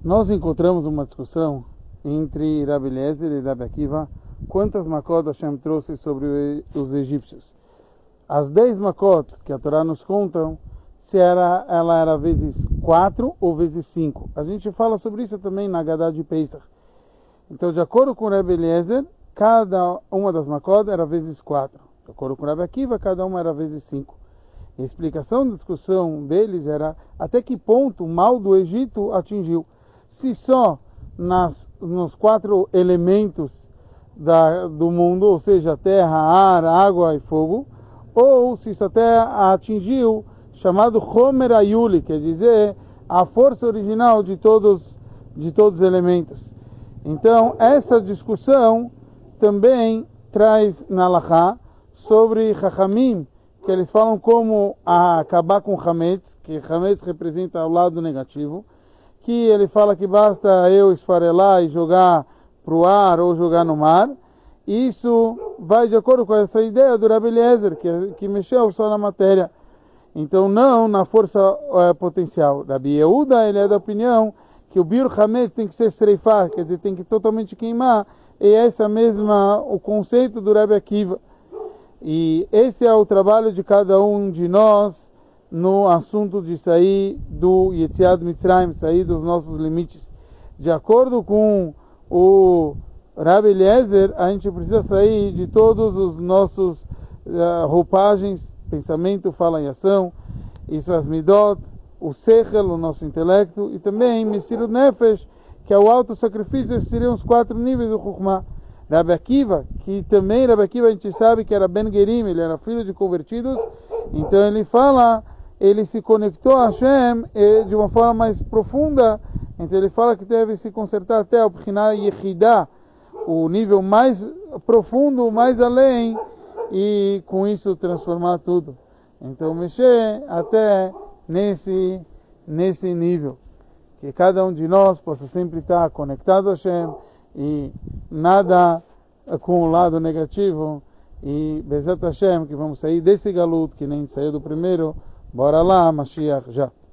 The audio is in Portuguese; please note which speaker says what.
Speaker 1: Nós encontramos uma discussão entre Rabi Eliezer e Rabi Akiva, quantas makot Hashem trouxe sobre os egípcios. As 10 makot que a Torá nos conta, se ela era vezes 4 ou vezes 5. A gente fala sobre isso também na Haggadah de Pesach. Então, de acordo com Rabi Eliezer, cada uma das makot era vezes 4. De acordo com Rabi Akiva, cada uma era vezes 5. A explicação da discussão deles era até que ponto o mal do Egito atingiu. Se só nos 4 elementos do mundo, ou seja, terra, ar, água e fogo, ou se isso até atingiu chamado Homer Ayuli, quer dizer, a força original de todos os elementos. Então, essa discussão também traz na Halachá sobre Chachamim, que eles falam como acabar com Hametz, que Hametz representa o lado negativo, que ele fala que basta eu esfarelar e jogar para o ar ou jogar no mar. Isso vai de acordo com essa ideia do Rabi Eliezer, que mexeu só na matéria. Então, não na força potencial. Rabi Yehuda, ele é da opinião que o Bir Hametz tem que ser streifar, quer dizer, tem que totalmente queimar. E esse é o conceito do Rabi Akiva. E esse é o trabalho de cada um de nós no assunto de sair do Yetziat Mitzrayim, sair dos nossos limites. De acordo com o Rabi Eliezer, a gente precisa sair de todos os nossos roupagens, pensamento, fala e ação, isso é as midot, o sechel, o nosso intelecto, e também Mesirut Nefesh, que é o auto-sacrifício. Esses seriam os 4 níveis do Chokhmah. Rabi Akiva, que também Rabi Akiva a gente sabe que era Ben Gerim, ele era filho de convertidos, então ele se conectou a Hashem de uma forma mais profunda, então ele fala que deve se consertar até o Bchinah Yechidah, o nível mais profundo, mais além, e com isso transformar tudo. Então mexer até nesse nível, que cada um de nós possa sempre estar conectado a Hashem e nada com o lado negativo, e Bezat Hashem, que vamos sair desse galuto que nem saiu do primeiro. Bora lá, Mashiach já.